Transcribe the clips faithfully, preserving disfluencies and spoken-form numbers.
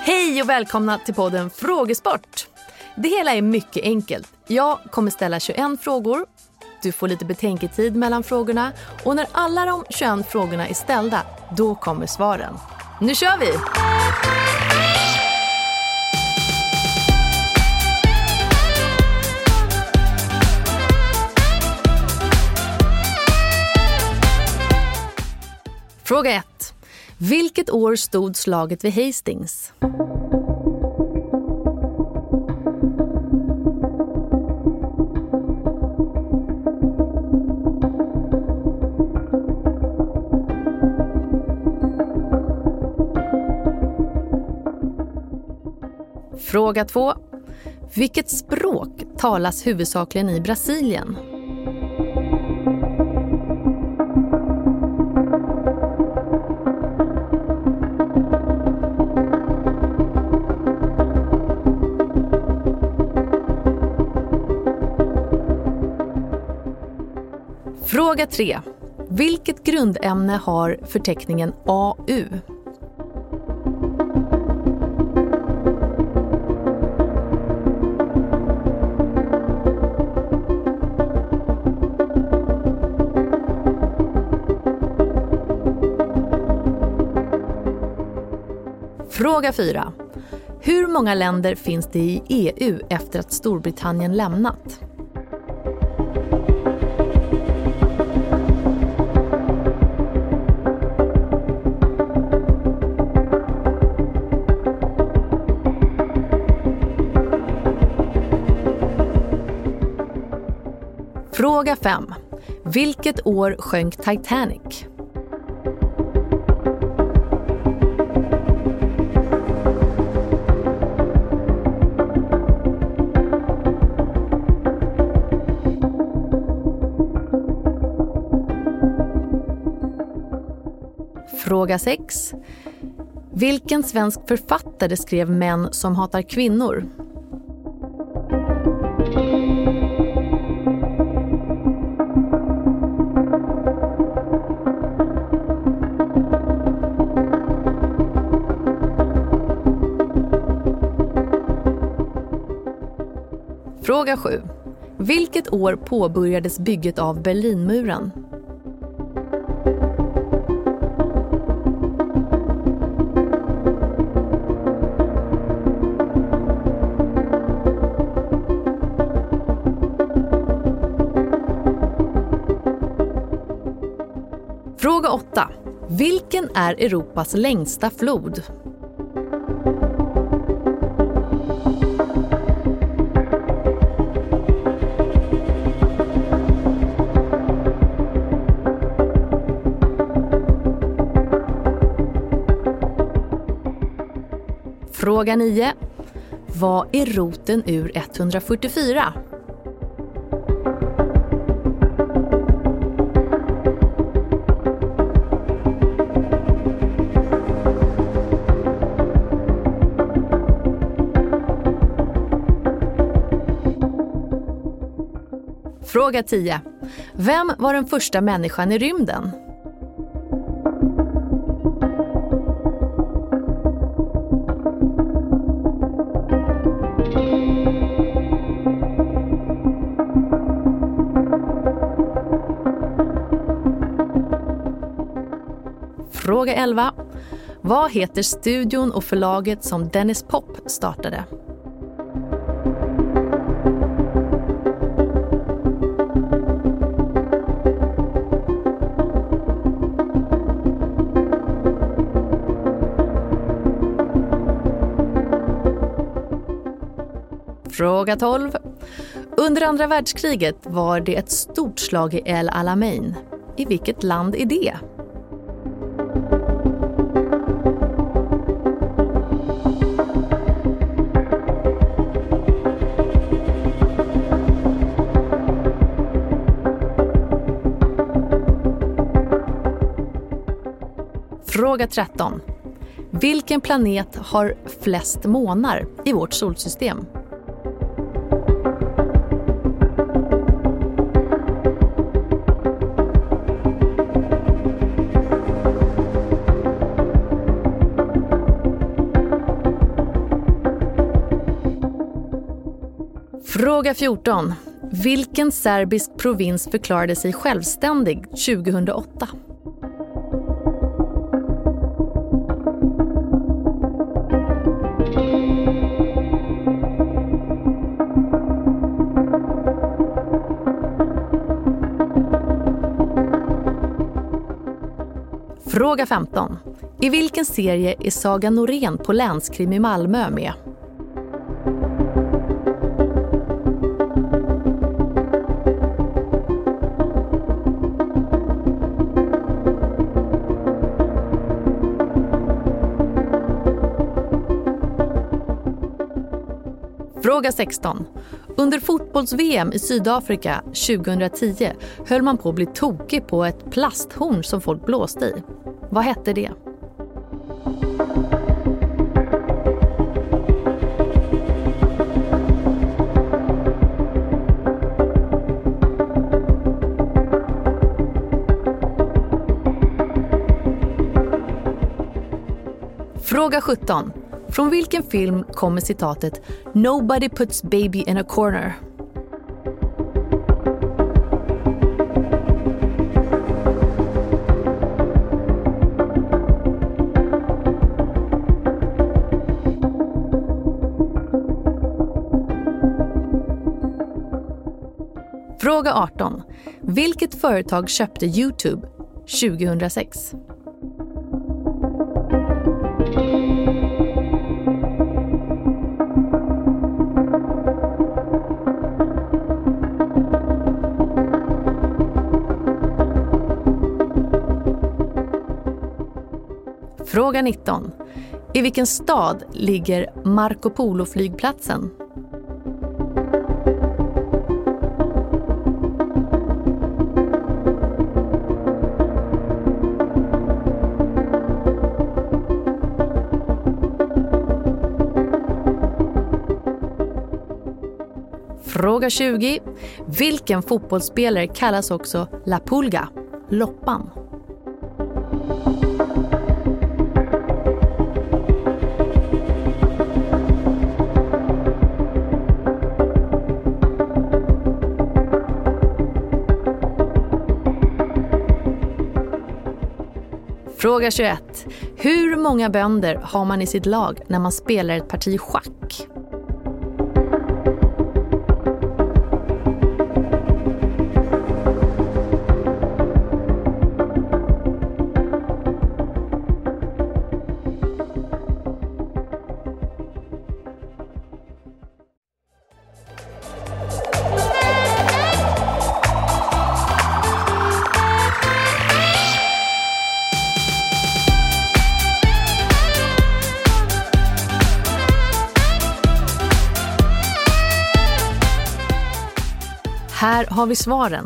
Hej och välkomna till podden Frågesport. Det hela är mycket enkelt. Jag kommer ställa tjugoett frågor. Du får lite betänketid mellan frågorna. Och när alla de tjugoett frågorna är ställda, då kommer svaren. Nu kör vi! Fråga ett. Vilket år stod slaget vid Hastings? Fråga två. Vilket språk talas huvudsakligen i Brasilien? Fråga tre. Vilket grundämne har förteckningen A U? Fråga fyra. Hur många länder finns det i E U efter att Storbritannien lämnat? Fråga fem. Vilket år sjönk Titanic? Fråga sex. Vilken svensk författare skrev Män som hatar kvinnor? Fråga sju. Vilket år påbörjades bygget av Berlinmuren? Fråga åtta. Vilken är Europas längsta flod? Fråga nio. Vad är roten ur etthundrafyrtiofyra? Fråga tio. Vem var den första människan i rymden? Fråga elva. Vad heter studion och förlaget som Dennis Pop startade? Fråga tolv. Under andra världskriget var det ett stort slag i El Alamein. I vilket land är det? Fråga tretton. Vilken planet har flest månar i vårt solsystem? Fråga fjorton. Vilken serbisk provins förklarade sig självständig tjugohundraåtta? Fråga femton. I vilken serie är Saga Norén på Länskrim i Malmö med? Fråga sexton. Under fotbolls-V M i Sydafrika tjugohundratio höll man på att bli tokig på ett plasthorn som folk blåste i. Vad hette det? Fråga sjutton. Från vilken film kommer citatet "Nobody puts baby in a corner"? Fråga arton. Vilket företag köpte YouTube tjugohundrasex? Fråga nitton. I vilken stad ligger Marco Polo-flygplatsen? Fråga tjugo. Vilken fotbollsspelare kallas också La Pulga, loppan? Fråga tjugoett. Hur många bönder har man i sitt lag när man spelar ett parti schack? Här har vi svaren.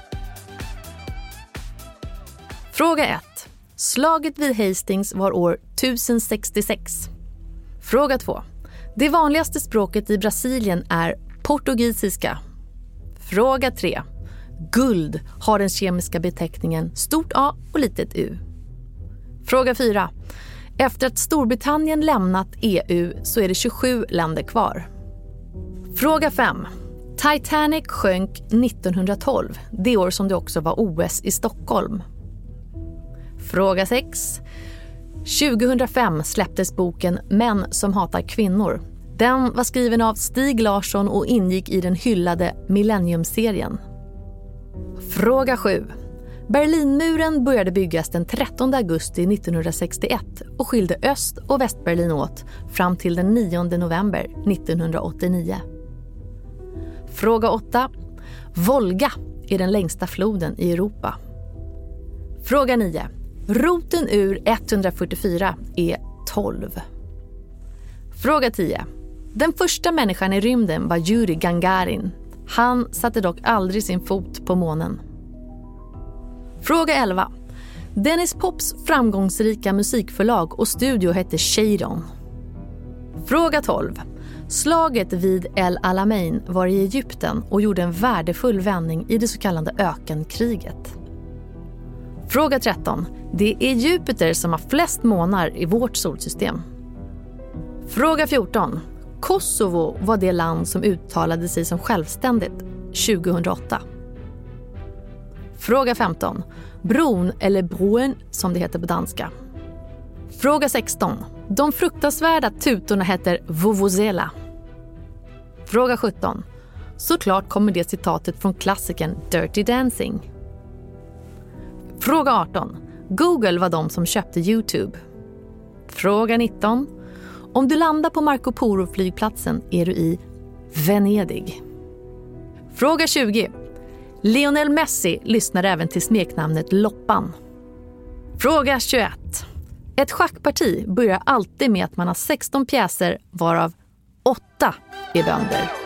Fråga ett. Slaget vid Hastings var år tusen sextiosex. Fråga två. Det vanligaste språket i Brasilien är portugisiska. Fråga tre. Guld har den kemiska beteckningen stort A och litet U. Fråga fyra. Efter att Storbritannien lämnat E U så är det tjugosju länder kvar. Fråga fem. Titanic sjönk nittonhundratolv, det år som det också var O S i Stockholm. Fråga sex. tjugohundrafem släpptes boken Män som hatar kvinnor. Den var skriven av Stig Larsson och ingick i den hyllade Millennium-serien. Fråga sju. Berlinmuren började byggas den trettonde augusti nittonhundrasextioett och skilde Öst- och Västberlin åt fram till den nionde november nittonhundraåttionio. Fråga åtta. Volga är den längsta floden i Europa. Fråga nio. Roten ur etthundrafyrtiofyra är tolv. Fråga tio. Den första människan i rymden var Yuri Gagarin. Han satte dock aldrig sin fot på månen. Fråga elva. Dennis Pops framgångsrika musikförlag och studio hette Cheiron. Fråga tolv. Slaget vid El Alamein var i Egypten och gjorde en värdefull vändning i det så kallade ökenkriget. Fråga tretton. Det är Jupiter som har flest månar i vårt solsystem. Fråga fjorton. Kosovo var det land som uttalade sig som självständigt tjugohundraåtta. Fråga femton. Bron eller broen som det heter på danska. Fråga sexton. De fruktansvärda tutorna heter vuvuzela. Fråga sjutton. Såklart kommer det citatet från klassikern Dirty Dancing. Fråga arton. Google var de som köpte YouTube. Fråga nitton. Om du landar på Marco Polo-flygplatsen är du i Venedig. Fråga tjugo. Lionel Messi lyssnar även till smeknamnet Loppan. Fråga tjugoett. Ett schackparti börjar alltid med att man har sexton pjäser varav åtta är bönder.